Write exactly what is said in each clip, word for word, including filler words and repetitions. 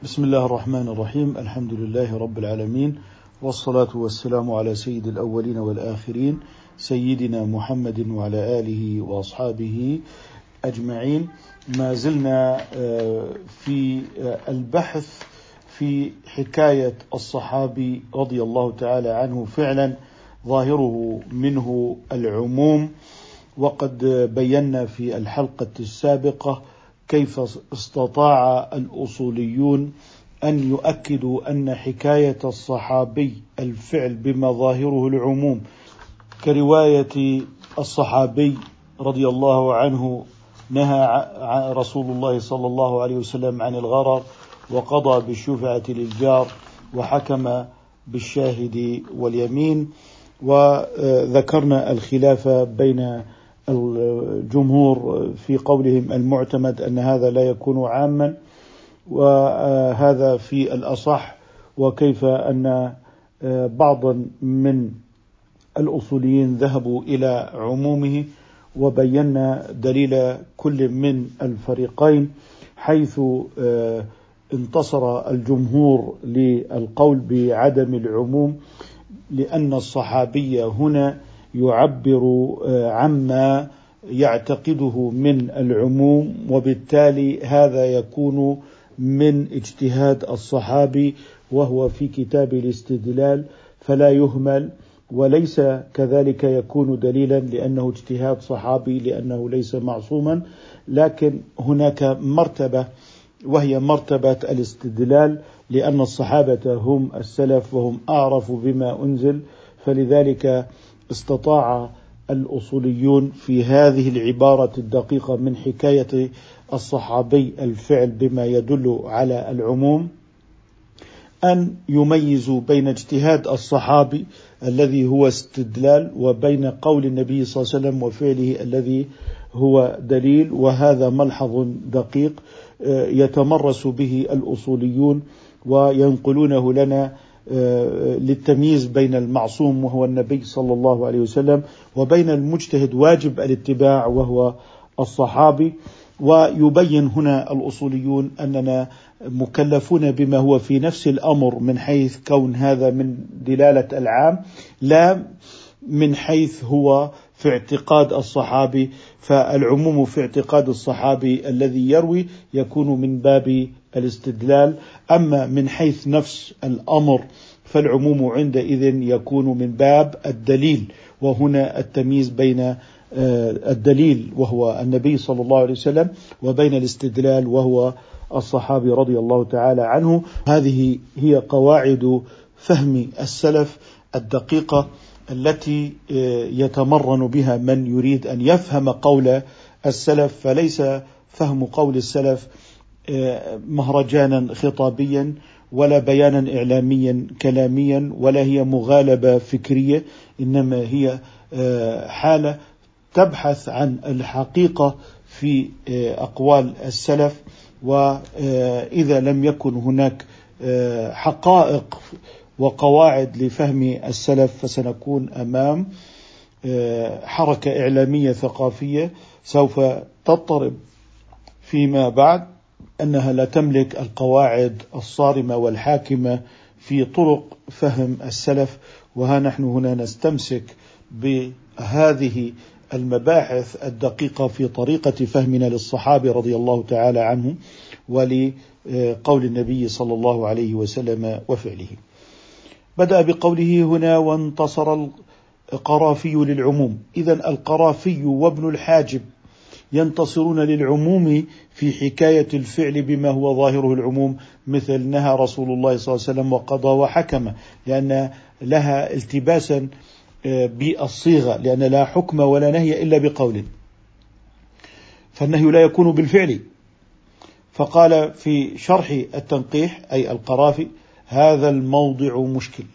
بسم الله الرحمن الرحيم. الحمد لله رب العالمين، والصلاة والسلام على سيد الأولين والآخرين سيدنا محمد وعلى آله وأصحابه أجمعين. ما زلنا في البحث في حكاية الصحابي رضي الله تعالى عنه، فعلا ظاهره منه العموم، وقد بينا في الحلقة السابقة كيف استطاع الأصوليون أن يؤكدوا أن حكاية الصحابي الفعل بما ظاهره العموم، كرواية الصحابي رضي الله عنه نهى رسول الله صلى الله عليه وسلم عن الغرر وقضى بالشفعة للجار وحكم بالشاهد واليمين. وذكرنا الخلاف بين الجمهور في قولهم المعتمد أن هذا لا يكون عاما، وهذا في الأصح، وكيف أن بعضا من الأصوليين ذهبوا إلى عمومه، وبينا دليل كل من الفريقين، حيث انتصر الجمهور للقول بعدم العموم، لأن الصحابي هنا يعبر عما يعتقده من العموم، وبالتالي هذا يكون من اجتهاد الصحابي، وهو في كتاب الاستدلال فلا يهمل، وليس كذلك يكون دليلا لأنه اجتهاد صحابي لأنه ليس معصوما. لكن هناك مرتبة وهي مرتبة الاستدلال، لأن الصحابة هم السلف وهم أعرف بما أنزل، فلذلك استطاع الأصوليون في هذه العبارة الدقيقة من حكاية الصحابي الفعل بما يدل على العموم أن يميزوا بين اجتهاد الصحابي الذي هو استدلال وبين قول النبي صلى الله عليه وسلم وفعله الذي هو دليل. وهذا ملحظ دقيق يتمرس به الأصوليون وينقلونه لنا للتمييز بين المعصوم وهو النبي صلى الله عليه وسلم وبين المجتهد واجب الاتباع وهو الصحابي. ويبين هنا الأصوليون أننا مكلفون بما هو في نفس الأمر من حيث كون هذا من دلالة العام، لا من حيث هو في اعتقاد الصحابي، فالعموم في اعتقاد الصحابي الذي يروي يكون من باب الاستدلال، أما من حيث نفس الأمر فالعموم عندئذ يكون من باب الدليل. وهنا التمييز بين الدليل وهو النبي صلى الله عليه وسلم وبين الاستدلال وهو الصحابي رضي الله تعالى عنه. هذه هي قواعد فهم السلف الدقيقة التي يتمرن بها من يريد أن يفهم قول السلف، فليس فهم قول السلف مهرجانا خطابيا ولا بيانا إعلاميا كلاميا، ولا هي مغالبة فكرية، إنما هي حالة تبحث عن الحقيقة في أقوال السلف. وإذا لم يكن هناك حقائق وقواعد لفهم السلف فسنكون أمام حركة إعلامية ثقافية سوف تضطرب فيما بعد أنها لا تملك القواعد الصارمة والحاكمة في طرق فهم السلف. وها نحن هنا نستمسك بهذه المباحث الدقيقة في طريقة فهمنا للصحابة رضي الله تعالى عنهم ولقول النبي صلى الله عليه وسلم وفعله. بدأ بقوله هنا وانتصر القرافي للعموم. إذن القرافي وابن الحاجب ينتصرون للعموم في حكاية الفعل بما هو ظاهره العموم، مثل نهى رسول الله صلى الله عليه وسلم وقضى وحكم، لأن لها التباسا بالصيغة، لأن لا حكم ولا نهي إلا بقول، فالنهي لا يكون بالفعل. فقال في شرح التنقيح أي القرافي هذا الموضع مشكل.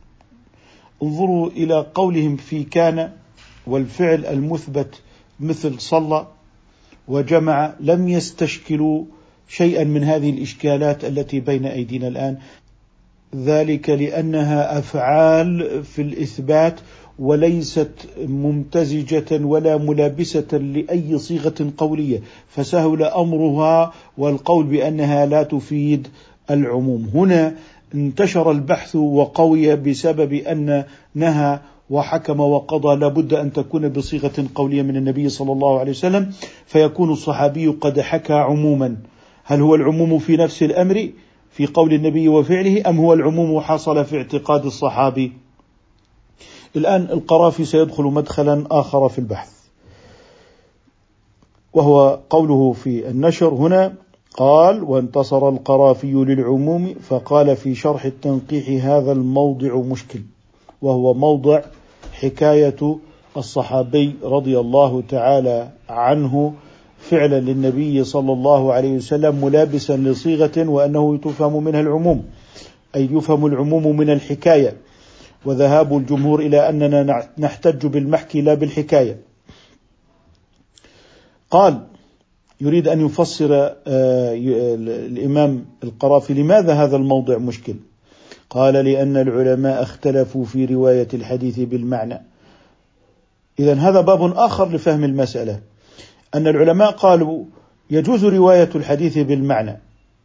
انظروا إلى قولهم في كان والفعل المثبت مثل صلى وجمع، لم يستشكلوا شيئا من هذه الإشكالات التي بين أيدينا الآن، ذلك لأنها أفعال في الإثبات وليست ممتزجة ولا ملابسة لأي صيغة قولية، فسهل أمرها والقول بأنها لا تفيد العموم. هنا انتشر البحث وقوي بسبب أن نهى وحكم وقضى لابد أن تكون بصيغة قولية من النبي صلى الله عليه وسلم، فيكون الصحابي قد حكى عموما. هل هو العموم في نفس الأمر في قول النبي وفعله، أم هو العموم حصل في اعتقاد الصحابي؟ الآن القرافي سيدخل مدخلا آخر في البحث، وهو قوله في النشر هنا قال: وانتصر القرافي للعموم، فقال في شرح التنقيح: هذا الموضع مشكل، وهو موضع حكاية الصحابي رضي الله تعالى عنه فعلا للنبي صلى الله عليه وسلم ملابسا لصيغة وأنه تفهم منها العموم، أي يفهم العموم من الحكاية، وذهاب الجمهور إلى أننا نحتج بالمحكي لا بالحكاية. قال يريد أن يفسر الإمام القرافي لماذا هذا الموضع مشكل. قال: لأن العلماء اختلفوا في رواية الحديث بالمعنى. إذن هذا باب آخر لفهم المسألة، أن العلماء قالوا يجوز رواية الحديث بالمعنى.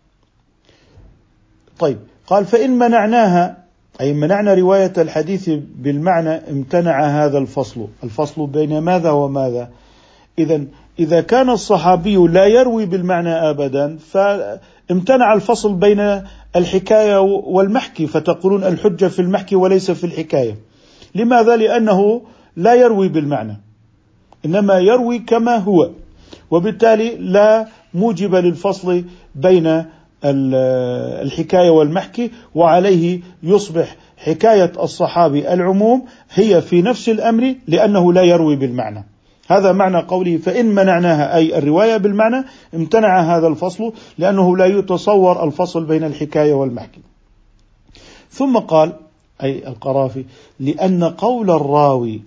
طيب، قال: فإن منعناها، أي منعنا رواية الحديث بالمعنى، امتنع هذا الفصل. الفصل بين ماذا وماذا؟ إذن إذا كان الصحابي لا يروي بالمعنى أبدا، فامتنع الفصل بين الحكاية والمحكي، فتقولون الحجة في المحكي وليس في الحكاية. لماذا؟ لأنه لا يروي بالمعنى، إنما يروي كما هو، وبالتالي لا موجب للفصل بين الحكاية والمحكي، وعليه يصبح حكاية الصحابي العموم هي في نفس الأمر لأنه لا يروي بالمعنى. هذا معنى قوله: فإن منعناها، أي الرواية بالمعنى، امتنع هذا الفصل لأنه لا يتصور الفصل بين الحكاية والمحكي. ثم قال، أي القرافي: لأن قول الراوي،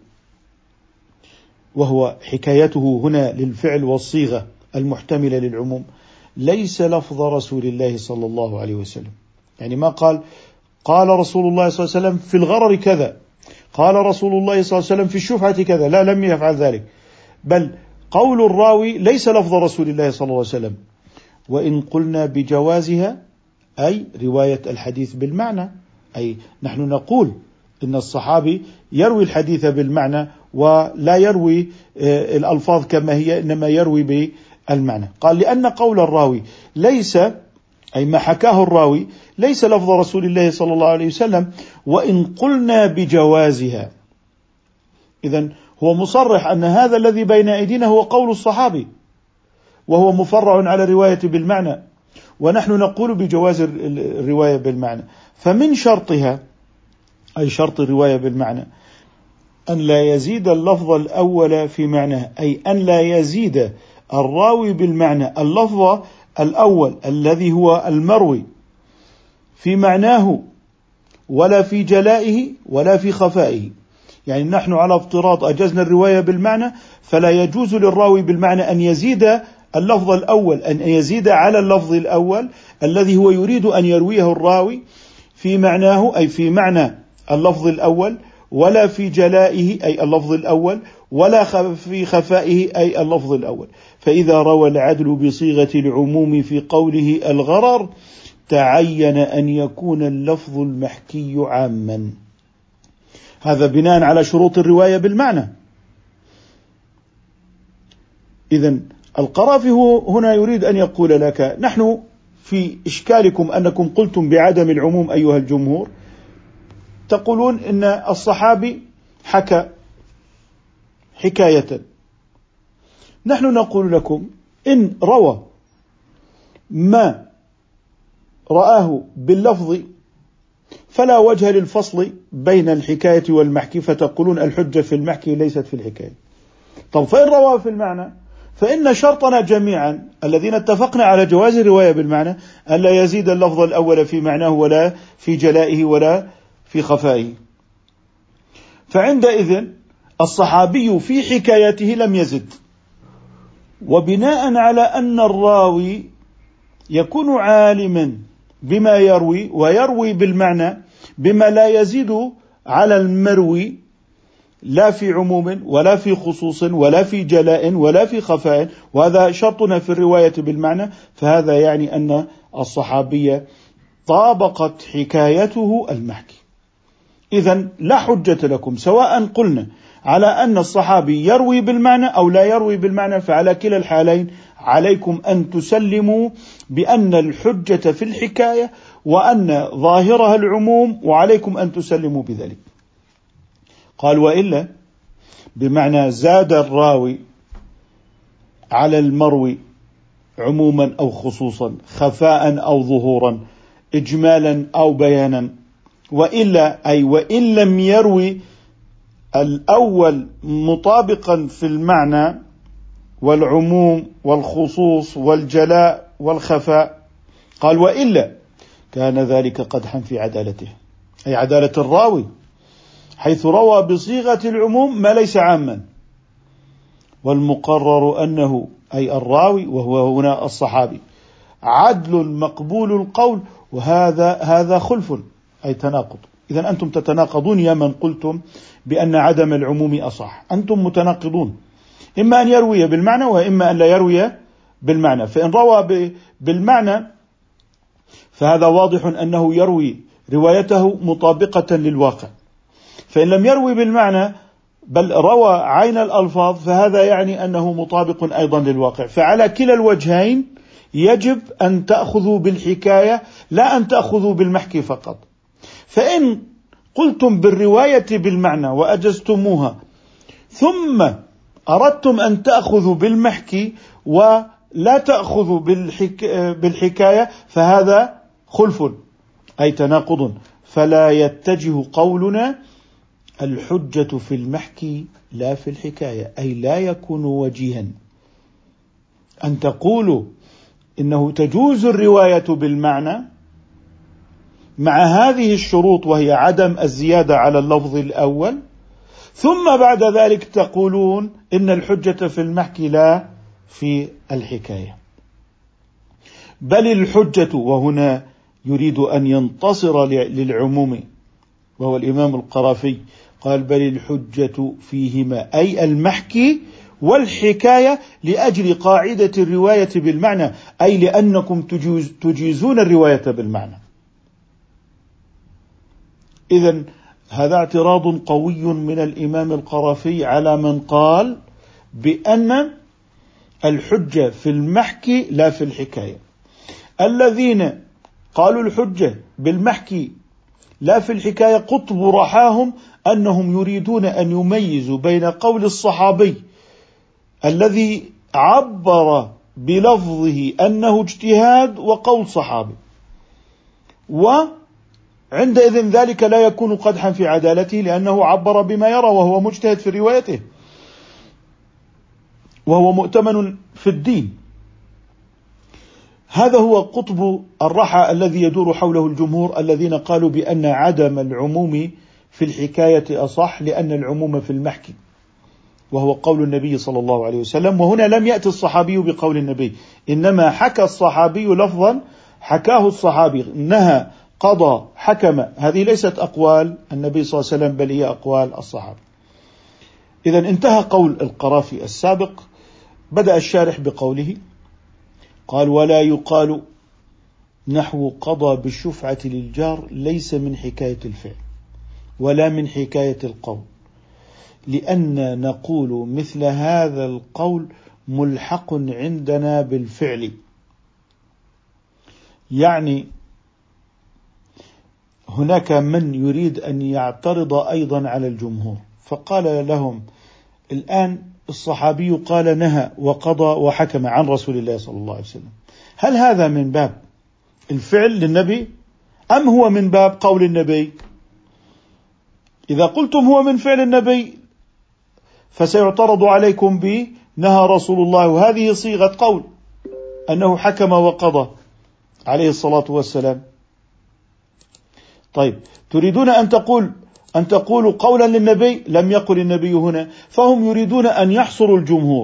وهو حكايته هنا للفعل والصيغة المحتملة للعموم، ليس لفظ رسول الله صلى الله عليه وسلم. يعني ما قال قال رسول الله صلى الله عليه وسلم في الغرر كذا، قال رسول الله صلى الله عليه وسلم في الشفعة كذا، لا، لم يفعل ذلك، بل قول الراوي ليس لفظ رسول الله صلى الله عليه وسلم. وإن قلنا بجوازها، أي رواية الحديث بالمعنى، أي نحن نقول إن الصحابي يروي الحديث بالمعنى ولا يروي الألفاظ كما هي، إنما يروي بالمعنى. قال: لأن قول الراوي ليس، أي ما حكاه الراوي، ليس لفظ رسول الله صلى الله عليه وسلم. وإن قلنا بجوازها، إذن هو مصرح أن هذا الذي بين أيدينا هو قول الصحابي، وهو مفرع على الرواية بالمعنى، ونحن نقول بجواز الرواية بالمعنى. فمن شرطها، أي شرط الرواية بالمعنى، أن لا يزيد اللفظ الأول في معناه، أي أن لا يزيد الراوي بالمعنى اللفظ الأول الذي هو المروي في معناه، ولا في جلائه ولا في خفائه. يعني نحن على افتراض أجزنا الرواية بالمعنى، فلا يجوز للراوي بالمعنى أن يزيد اللفظ الأول، أن يزيد على اللفظ الأول الذي هو يريد أن يرويه الراوي في معناه، أي في معنى اللفظ الأول، ولا في جلائه أي اللفظ الأول، ولا في خفائه أي اللفظ الأول. فإذا روى العدل بصيغة العموم في قوله الغرر، تعين أن يكون اللفظ المحكي عاما. هذا بناء على شروط الرواية بالمعنى. إذن القرافي هنا يريد أن يقول لك: نحن في إشكالكم أنكم قلتم بعدم العموم أيها الجمهور، تقولون إن الصحابي حكى حكاية. نحن نقول لكم: إن روى ما رآه باللفظ فلا وجه للفصل بين الحكاية والمحكي، فتقولون الحجة في المحكي ليست في الحكاية. طب فإن روى في المعنى، فإن شرطنا جميعا الذين اتفقنا على جواز الرواية بالمعنى أن لا يزيد اللفظ الأول في معناه ولا في جلائه ولا في خفائه. فعندئذ الصحابي في حكايته لم يزد، وبناء على أن الراوي يكون عالما بما يروي ويروي بالمعنى بما لا يزيد على المروي، لا في عموم ولا في خصوص ولا في جلاء ولا في خفاء، وهذا شرطنا في الرواية بالمعنى، فهذا يعني أن الصحابي طابقت حكايته المحكي. إذن لا حجة لكم، سواء قلنا على أن الصحابي يروي بالمعنى أو لا يروي بالمعنى، فعلى كلا الحالين عليكم أن تسلموا بأن الحجة في الحكاية وأن ظاهرها العموم، وعليكم أن تسلموا بذلك. قال: وإلا بمعنى زاد الراوي على المروي عموما أو خصوصا، خفاء أو ظهورا، إجمالا أو بيانا. وإلا أي وإن لم يروي الأول مطابقا في المعنى والعموم والخصوص والجلاء والخفاء. قال: وإلا كان ذلك قدحا في عدالته، أي عدالة الراوي، حيث روى بصيغة العموم ما ليس عاما، والمقرر أنه أي الراوي وهو هنا الصحابي عدل مقبول القول، وهذا هذا خلف أي تناقض. إذن أنتم تتناقضون يا من قلتم بأن عدم العموم أصح، أنتم متناقضون، إما أن يروي بالمعنى وإما أن لا يروي بالمعنى. فإن روى بالمعنى فهذا واضح أنه يروي روايته مطابقة للواقع، فإن لم يروي بالمعنى بل روى عين الألفاظ فهذا يعني أنه مطابق أيضا للواقع. فعلى كلا الوجهين يجب أن تأخذوا بالحكاية، لا أن تأخذوا بالمحكي فقط. فإن قلتم بالرواية بالمعنى وأجزتموها، ثم أردتم أن تأخذوا بالمحكي ولا تأخذوا بالحك... بالحكاية، فهذا خلف أي تناقض. فلا يتجه قولنا الحجة في المحكي لا في الحكاية، أي لا يكون وجيها أن تقولوا إنه تجوز الرواية بالمعنى مع هذه الشروط، وهي عدم الزيادة على اللفظ الأول، ثم بعد ذلك تقولون إن الحجة في المحكي لا في الحكاية. بل الحجة، وهنا يريد أن ينتصر للعموم وهو الإمام القرافي، قال: بل الحجة فيهما أي المحكي والحكاية لأجل قاعدة الرواية بالمعنى، أي لأنكم تجيز تجيزون الرواية بالمعنى. إذن هذا اعتراض قوي من الإمام القرافي على من قال بأن الحجة في المحكي لا في الحكاية. الذين قالوا الحجة بالمحكي لا في الحكاية قطب رحاهم أنهم يريدون أن يميزوا بين قول الصحابي الذي عبر بلفظه أنه اجتهاد وقول صحابي، وعندئذ ذلك لا يكون قدحا في عدالته، لأنه عبر بما يرى وهو مجتهد في روايته وهو مؤتمن في الدين. هذا هو قطب الرحى الذي يدور حوله الجمهور، الذين قالوا بأن عدم العموم في الحكاية أصح، لأن العموم في المحكي، وهو قول النبي صلى الله عليه وسلم. وهنا لم يأتي الصحابي بقول النبي، إنما حكى الصحابي لفظا حكاه الصحابي، نهى، قضى، حكم، هذه ليست أقوال النبي صلى الله عليه وسلم بل هي أقوال الصحابة. إذن انتهى قول القرافي السابق. بدأ الشارح بقوله، قال: ولا يقال نحو قضى بالشفعة للجار ليس من حكاية الفعل ولا من حكاية القول، لأن نقول مثل هذا القول ملحق عندنا بالفعل. يعني هناك من يريد أن يعترض أيضا على الجمهور، فقال لهم: الآن الصحابي قال نهى وقضى وحكم عن رسول الله صلى الله عليه وسلم، هل هذا من باب الفعل للنبي أم هو من باب قول النبي؟ إذا قلتم هو من فعل النبي فسيعترض عليكم به نهى رسول الله، وهذه صيغة قول أنه حكم وقضى عليه الصلاة والسلام. طيب، تريدون أن تقول أن تقولوا قولا للنبي، لم يقل النبي هنا، فهم يريدون أن يحصروا الجمهور،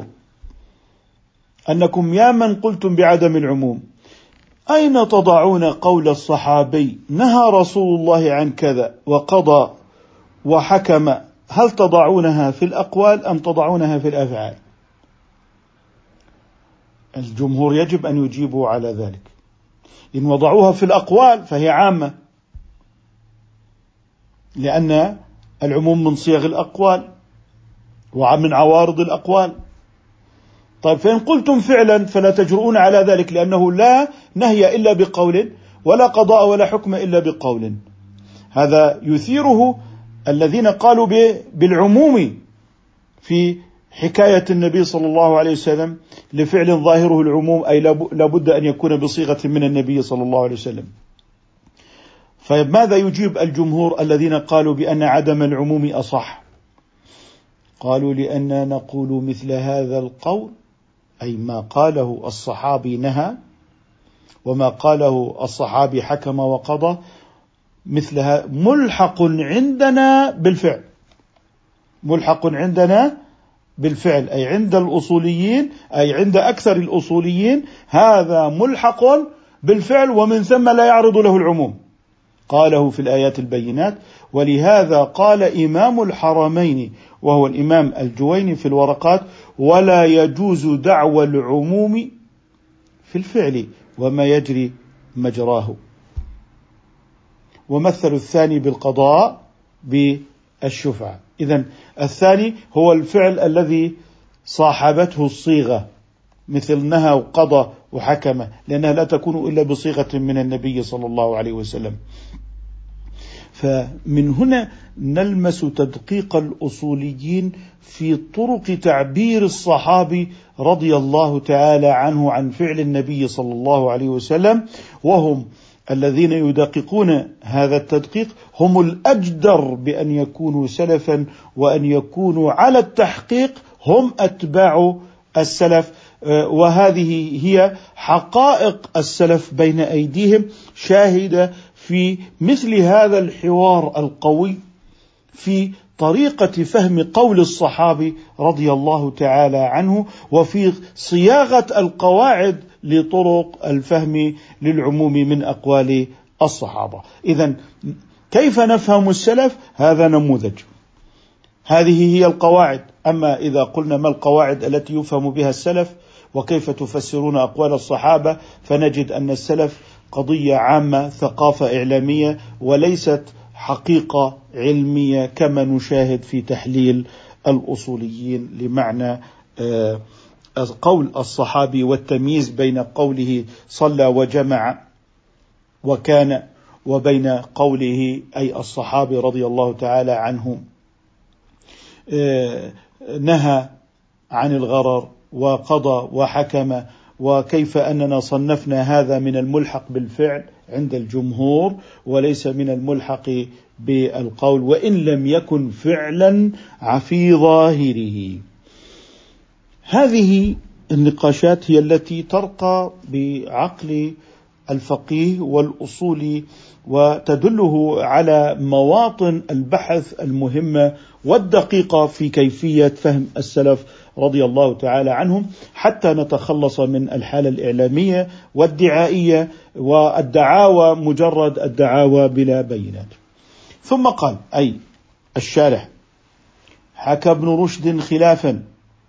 أنكم يا من قلتم بعدم العموم أين تضعون قول الصحابي نهى رسول الله عن كذا وقضى وحكم؟ هل تضعونها في الأقوال أم تضعونها في الأفعال؟ الجمهور يجب أن يجيبوا على ذلك. إن وضعوها في الأقوال فهي عامة، لأن العموم من صيغ الأقوال ومن عوارض الأقوال. طيب فإن قلتم فعلا فلا تجرؤون على ذلك، لأنه لا نهي إلا بقول ولا قضاء ولا حكم إلا بقول. هذا يثيره الذين قالوا بالعموم في حكاية النبي صلى الله عليه وسلم لفعل ظاهره العموم، أي لابد أن يكون بصيغة من النبي صلى الله عليه وسلم. فماذا يجيب الجمهور الذين قالوا بأن عدم العموم أصح؟ قالوا لأننا نقول مثل هذا القول، أي ما قاله الصحابي نهى وما قاله الصحابي حكم وقضى، مثلها ملحق عندنا بالفعل، ملحق عندنا بالفعل، أي عند الأصوليين، أي عند أكثر الأصوليين هذا ملحق بالفعل، ومن ثم لا يعرض له العموم. قاله في الآيات البينات. ولهذا قال إمام الحرمين وهو الإمام الجويني في الورقات: ولا يجوز دعوى العموم في الفعل وما يجري مجراه. ومثل الثاني بالقضاء بالشفعة. إذن الثاني هو الفعل الذي صاحبته الصيغة، مثل نهى وقضى وحكم، لأنها لا تكون إلا بصيغة من النبي صلى الله عليه وسلم. فمن هنا نلمس تدقيق الأصوليين في طرق تعبير الصحابي رضي الله تعالى عنه عن فعل النبي صلى الله عليه وسلم، وهم الذين يدققون هذا التدقيق هم الأجدر بأن يكونوا سلفا، وأن يكونوا على التحقيق هم أتباع السلف. وهذه هي حقائق السلف بين أيديهم، شاهدة في مثل هذا الحوار القوي في طريقة فهم قول الصحابي رضي الله تعالى عنه، وفي صياغة القواعد لطرق الفهم للعموم من أقوال الصحابة. إذن كيف نفهم السلف؟ هذا نموذج، هذه هي القواعد. أما إذا قلنا ما القواعد التي يفهم بها السلف وكيف تفسرون أقوال الصحابة، فنجد أن السلف قضية عامة، ثقافة إعلامية، وليست حقيقة علمية كما نشاهد في تحليل الأصوليين لمعنى قول الصحابي والتمييز بين قوله صلى وجمع وكان وبين قوله أي الصحابي رضي الله تعالى عنهم نهى عن الغرر وقضى وحكم، وكيف أننا صنفنا هذا من الملحق بالفعل عند الجمهور وليس من الملحق بالقول، وإن لم يكن فعلا في ظاهره. هذه النقاشات هي التي ترقى بعقل الفقيه والأصولي، وتدله على مواطن البحث المهمة والدقيقة في كيفية فهم السلف رضي الله تعالى عنهم، حتى نتخلص من الحالة الإعلامية والدعائية والدعاوى مجرد الدعاوى بلا بينات. ثم قال أي الشارح: حكى ابن رشد خلافا،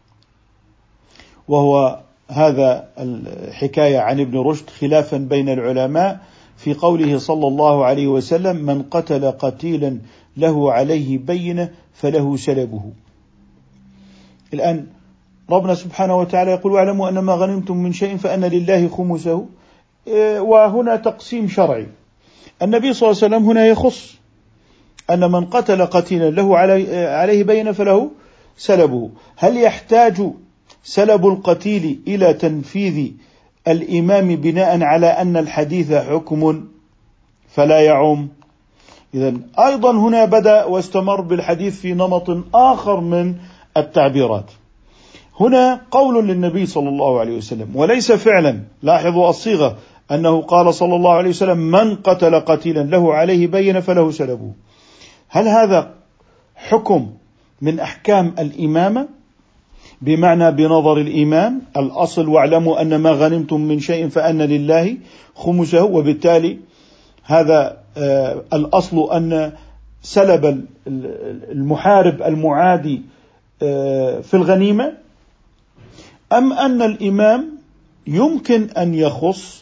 وهو هذا الحكاية عن ابن رشد خلافا بين العلماء في قوله صلى الله عليه وسلم: من قتل قتيلا له عليه بينة فله سلبه. الآن ربنا سبحانه وتعالى يقول: واعلموا أن ما غنمتم من شيء فأن لله خمسه، وهنا تقسيم شرعي. النبي صلى الله عليه وسلم هنا يخص أن من قتل قتيلا له عليه بينة فله سلبه. هل يحتاج سلب القتيل إلى تنفيذ الإمام بناء على أن الحديث حكم فلا يعم؟ إذن أيضا هنا بدأ واستمر بالحديث في نمط آخر من التعبيرات. هنا قول للنبي صلى الله عليه وسلم وليس فعلا. لاحظوا الصيغة، أنه قال صلى الله عليه وسلم: من قتل قتيلا له عليه بينة فله سلبه. هل هذا حكم من أحكام الإمامة بمعنى بنظر الإمام الأصل واعلموا أن ما غنمتم من شيء فأن لله خمسه، وبالتالي هذا آه الأصل أن سلب المحارب المعادي آه في الغنيمة، أم أن الإمام يمكن أن يخص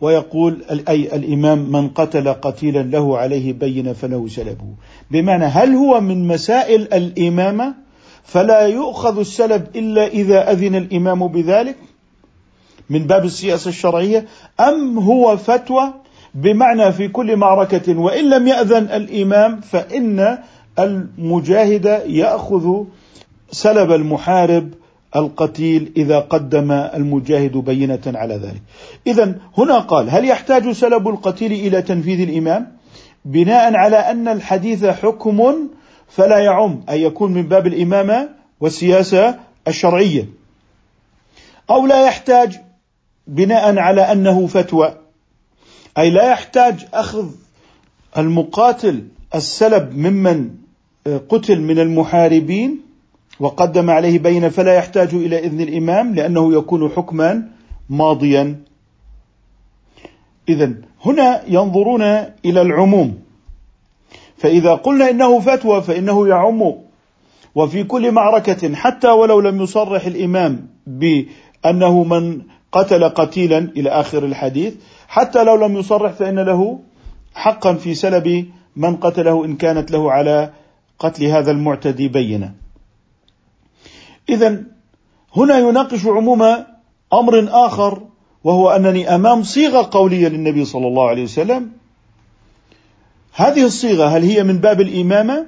ويقول أي الإمام من قتل قتيلا له عليه بينة فله سلبه، بمعنى هل هو من مسائل الإمامة فلا يؤخذ السلب إلا إذا أذن الإمام بذلك من باب السياسة الشرعية، أم هو فتوى بمعنى في كل معركة وإن لم يأذن الإمام فإن المجاهد يأخذ سلب المحارب القتيل إذا قدم المجاهد بينة على ذلك. إذن هنا قال هل يحتاج سلب القتيل إلى تنفيذ الإمام بناء على أن الحديث حكم فلا يعم، أي يكون من باب الإمامة والسياسة الشرعية، أو لا يحتاج بناء على أنه فتوى، أي لا يحتاج أخذ المقاتل السلب ممن قتل من المحاربين وقدم عليه بينة فلا يحتاج إلى إذن الإمام لأنه يكون حكما ماضيا. إذن هنا ينظرون إلى العموم، فإذا قلنا إنه فتوى فإنه يعم وفي كل معركة حتى ولو لم يصرح الإمام بأنه من قتل قتيلا إلى آخر الحديث، حتى لو لم يصرح فإن له حقا في سلب من قتله إن كانت له على قتل هذا المعتدي بينة. إذن هنا يناقش عموم أمر آخر، وهو أنني أمام صيغة قولية للنبي صلى الله عليه وسلم. هذه الصيغة هل هي من باب الإمامة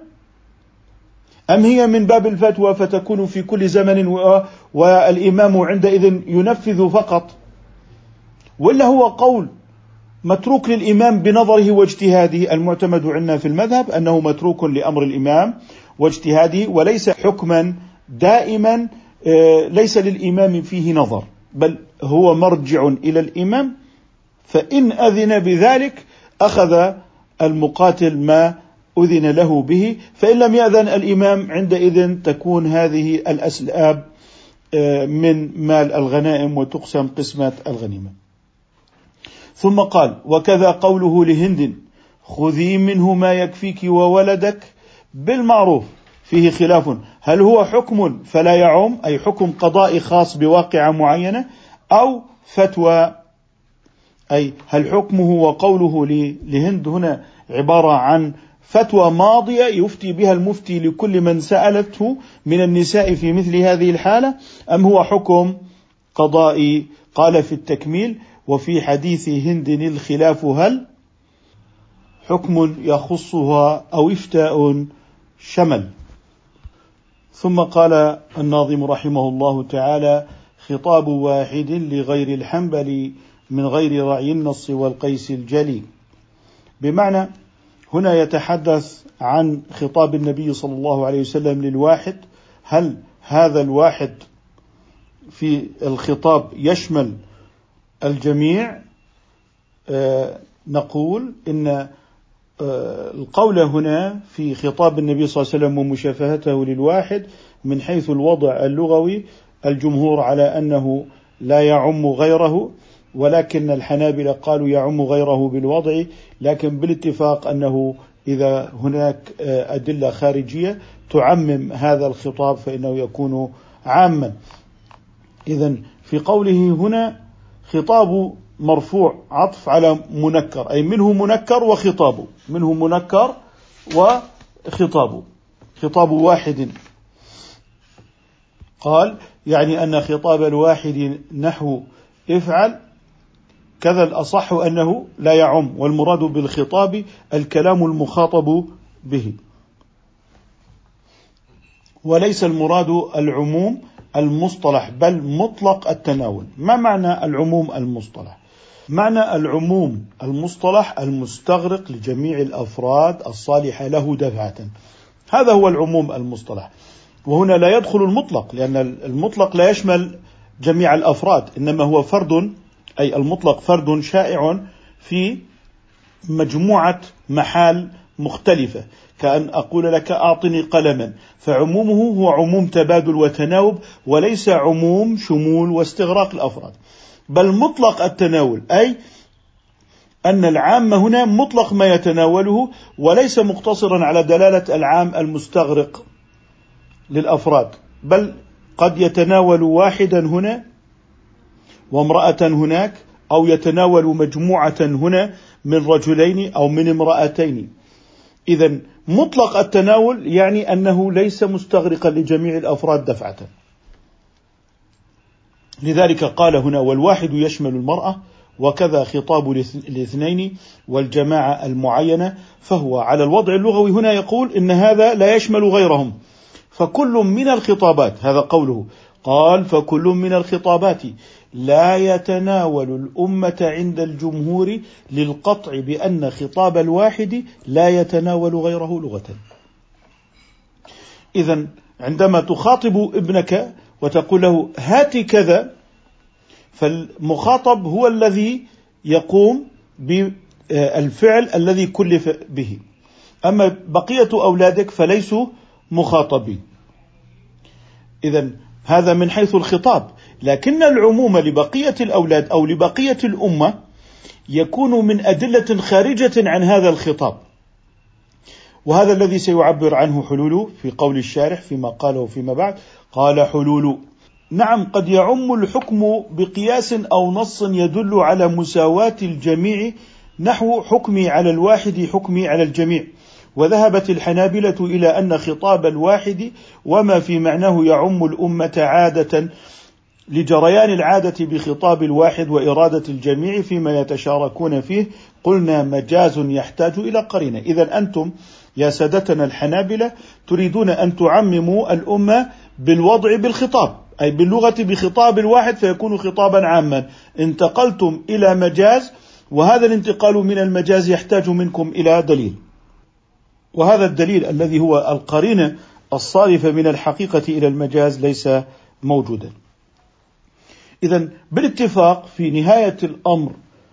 أم هي من باب الفتوى فتكون في كل زمن والإمام عندئذ ينفذ فقط، ولا هو قول متروك للإمام بنظره واجتهاده؟ المعتمد عندنا في المذهب أنه متروك لأمر الإمام واجتهاده وليس حكما دائما ليس للإمام فيه نظر، بل هو مرجع إلى الإمام، فإن أذن بذلك أخذ المقاتل ما أذن له به، فإن لم يأذن الإمام عندئذ تكون هذه الأسلاب من مال الغنائم وتقسم قسمة الغنيمة. ثم قال وكذا قوله لهند خذي منه ما يكفيك وولدك بالمعروف فيه خلاف، هل هو حكم فلا يعم أي حكم قضائي خاص بواقعة معينة، أو فتوى أي هل حكمه وقوله لهند هنا عبارة عن فتوى ماضية يفتي بها المفتي لكل من سألته من النساء في مثل هذه الحالة، أم هو حكم قضائي؟ قال في التكميل وفي حديث هند الخلاف هل حكم يخصها أو إفتاء شمل. ثم قال الناظم رحمه الله تعالى خطاب واحد لغير الحنبل من غير رعي النص والقيس الجلي، بمعنى هنا يتحدث عن خطاب النبي صلى الله عليه وسلم للواحد، هل هذا الواحد في الخطاب يشمل الجميع؟ آه نقول إن آه القول هنا في خطاب النبي صلى الله عليه وسلم ومشافهته للواحد من حيث الوضع اللغوي الجمهور على أنه لا يعم غيره، ولكن الحنابلة قالوا يعم غيره بالوضع، لكن بالاتفاق أنه إذا هناك أدلة خارجية تعمم هذا الخطاب فإنه يكون عاما. إذن في قوله هنا خطاب مرفوع عطف على منكر، أي منه منكر وخطابه، منه منكر وخطابه، خطاب واحد. قال يعني أن خطاب الواحد نحو افعل كذا، الأصح أنه لا يعم، والمراد بالخطاب الكلام المخاطب به، وليس المراد العموم المصطلح بل مطلق التناول. ما معنى العموم المصطلح؟ معنى العموم المصطلح المستغرق لجميع الأفراد الصالحة له دفعة، هذا هو العموم المصطلح. وهنا لا يدخل المطلق، لأن المطلق لا يشمل جميع الأفراد، إنما هو فرد، أي المطلق فرد شائع في مجموعة محال مختلفة، كأن أقول لك أعطني قلما، فعمومه هو عموم تبادل وتناوب وليس عموم شمول واستغراق الأفراد، بل مطلق التناول، أي أن العام هنا مطلق ما يتناوله وليس مقتصرا على دلالة العام المستغرق للأفراد، بل قد يتناول واحدا هنا وامرأة هناك أو يتناول مجموعة هنا من رجلين أو من امرأتين. إذن مطلق التناول يعني أنه ليس مستغرقا لجميع الأفراد دفعة. لذلك قال هنا والواحد يشمل المرأة، وكذا خطاب الاثنين والجماعة المعينة، فهو على الوضع اللغوي هنا يقول إن هذا لا يشمل غيرهم، فكل من الخطابات، هذا قوله، قال فكل من الخطابات لا يتناول الأمة عند الجمهور للقطع بأن خطاب الواحد لا يتناول غيره لغة. إذن عندما تخاطب ابنك وتقول له هات كذا، فالمخاطب هو الذي يقوم بالفعل الذي كلف به، أما بقية أولادك فليسوا مخاطبين. إذن هذا من حيث الخطاب، لكن العموم لبقية الأولاد أو لبقية الأمة يكون من أدلة خارجة عن هذا الخطاب، وهذا الذي سيعبر عنه حلول في قول الشارح فيما قاله فيما بعد. قال حلول: نعم، قد يعم الحكم بقياس أو نص يدل على مساواة الجميع، نحو حكمي على الواحد حكمي على الجميع. وذهبت الحنابلة إلى أن خطاب الواحد وما في معناه يعم الأمة عادة لجريان العادة بخطاب الواحد وإرادة الجميع فيما يتشاركون فيه. قلنا مجاز يحتاج إلى قرينة. إذن أنتم يا سادتنا الحنابلة تريدون أن تعمموا الأمة بالوضع بالخطاب، أي باللغة بخطاب الواحد فيكون خطابا عاما. انتقلتم إلى مجاز، وهذا الانتقال من المجاز يحتاج منكم إلى دليل، وهذا الدليل الذي هو القرينة الصارفة من الحقيقة إلى المجاز ليس موجودا. إذن بالاتفاق في نهاية الأمر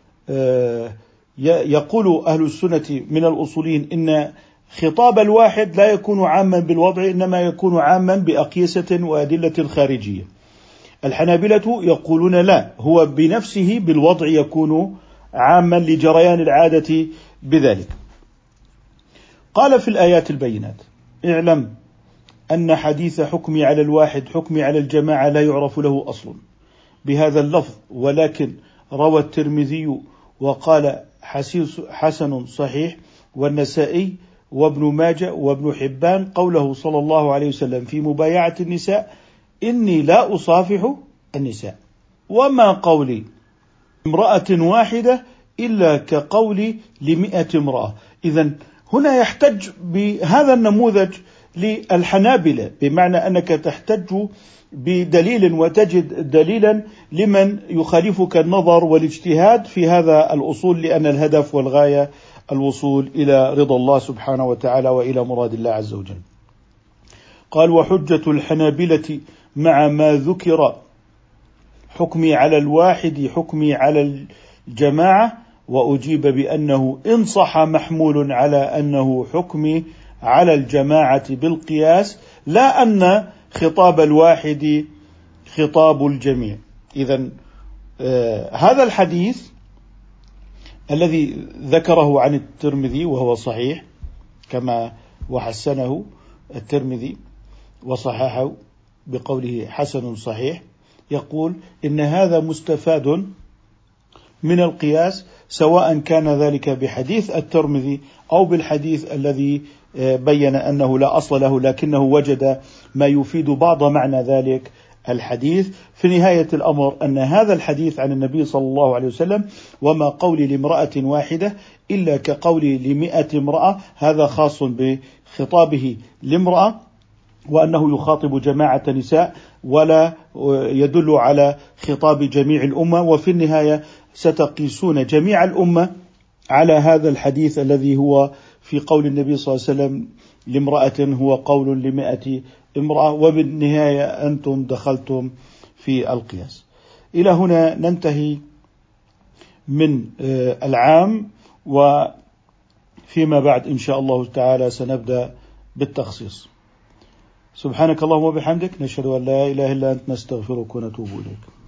يقول أهل السنة من الأصولين إن خطاب الواحد لا يكون عاما بالوضع، إنما يكون عاما بأقيسة وأدلة خارجية. الحنابلة يقولون لا، هو بنفسه بالوضع يكون عاما لجريان العادة بذلك. قال في الآيات البينات: اعلم أن حديث حكمي على الواحد حكمي على الجماعة لا يعرف له أصل بهذا اللفظ، ولكن روى الترمذي وقال حسن صحيح، والنسائي وابن ماجه وابن حبان قوله صلى الله عليه وسلم في مبايعة النساء: إني لا أصافح النساء، وما قولي امرأة واحدة إلا كقولي لمئة امرأة. إذن هنا يحتج بهذا النموذج للحنابلة، بمعنى أنك تحتج بدليل وتجد دليلا لمن يخالفك النظر والاجتهاد في هذا الأصول، لأن الهدف والغاية الوصول إلى رضا الله سبحانه وتعالى وإلى مراد الله عز وجل. قال: وحجة الحنابلة مع ما ذكر حكمي على الواحد حكمي على الجماعة، وأجيب بأنه إن صح محمول على أنه حكمي على الجماعة بالقياس، لا أن خطاب الواحد خطاب الجميع. إذن آه هذا الحديث الذي ذكره عن الترمذي وهو صحيح كما وحسنه الترمذي وصححه بقوله حسن صحيح، يقول إن هذا مستفاد من القياس، سواء كان ذلك بحديث الترمذي أو بالحديث الذي بين أنه لا أصل له لكنه وجد ما يفيد بعض معنى ذلك الحديث. في نهاية الأمر أن هذا الحديث عن النبي صلى الله عليه وسلم: وما قولي لامرأة واحدة إلا كقولي لمئة امرأة، هذا خاص بخطابه لامرأة، وأنه يخاطب جماعة نساء ولا يدل على خطاب جميع الأمة. وفي النهاية ستقيسون جميع الأمة على هذا الحديث الذي هو في قول النبي صلى الله عليه وسلم لامرأة هو قول لمئة امرأة، وبالنهاية أنتم دخلتم في القياس. إلى هنا ننتهي من العام، وفيما بعد إن شاء الله تعالى سنبدأ بالتخصيص. سبحانك اللهم وبحمدك، نشهد أن لا إله إلا أنت، نستغفرك ونتوب إليك.